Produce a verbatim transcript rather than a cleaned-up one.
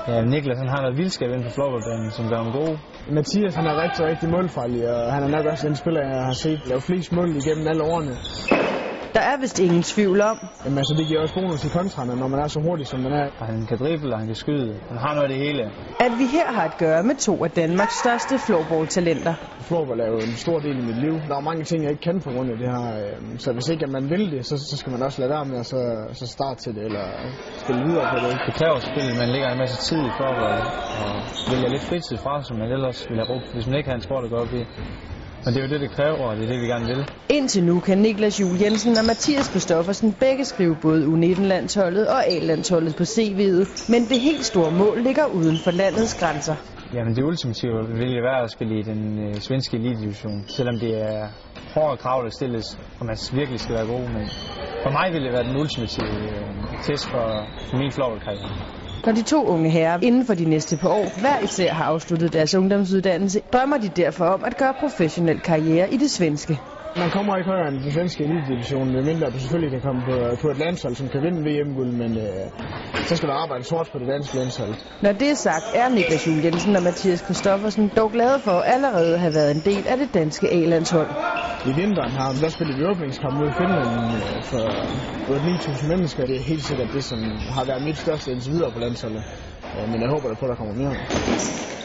Ja, Niklas han har noget vildskab inden for floorballbanen, som gør ham god. Mathias han er rigtig, rigtig målfarlig, og han er nok også en spiller, jeg har set lave flest mål igennem alle årene. Der er vist ingen tvivl om. Jamen altså, det giver også bonus i kontrerne, når man er så hurtig, som man er. Og han kan drible, og han kan skyde. Han har noget af det hele. At vi her har at gøre med to af Danmarks største floorball-talenter. Floorball er jo en stor del af mit liv. Der er mange ting, jeg ikke kan på grund af det her. Så hvis ikke at man vil det, så, så skal man også lade være med at så, så starte til det, eller spille videre på det. Det kræver spil, man lægger en masse tid i floorball, og vælger lidt fritid fra, som man ellers ville have brugt, hvis man ikke har en sport at gå op i. Men det er jo det, det kræver, og det er det, vi gerne vil. Indtil nu kan Niklas Juhl Jensen og Mathias Christoffersen begge skrive både U nitten-landsholdet og A-landsholdet på C V'et, men det helt store mål ligger uden for landets grænser. Jamen det ultimative vil jo være at spille i den øh, svenske elitedivision, selvom det er hårde krav, der stilles, og man virkelig skal være god. Men for mig vil det være den ultimative øh, test for min floorballkarriere. Når de to unge herrer inden for de næste par år hver især har afsluttet deres ungdomsuddannelse, drømmer de derfor om at gøre professionel karriere i det svenske. Man kommer ikke højere end den svenske elitedivision, medmindre du selvfølgelig kan komme på, på et landshold, som kan vinde V M-guld, men øh, så skal du arbejde sort på det danske landshold. Når det er sagt, er Niklas Juhl Jensen og Mathias Christoffersen dog glade for allerede at have været en del af det danske A-landshold. I vinteren har der spillet vi åbningskamp mod Finland øh, for otte ni tusind mennesker. Det er helt sikkert det, som har været mit største indtil videre på landsholdet. Øh, men jeg håber da på, at der kommer mere.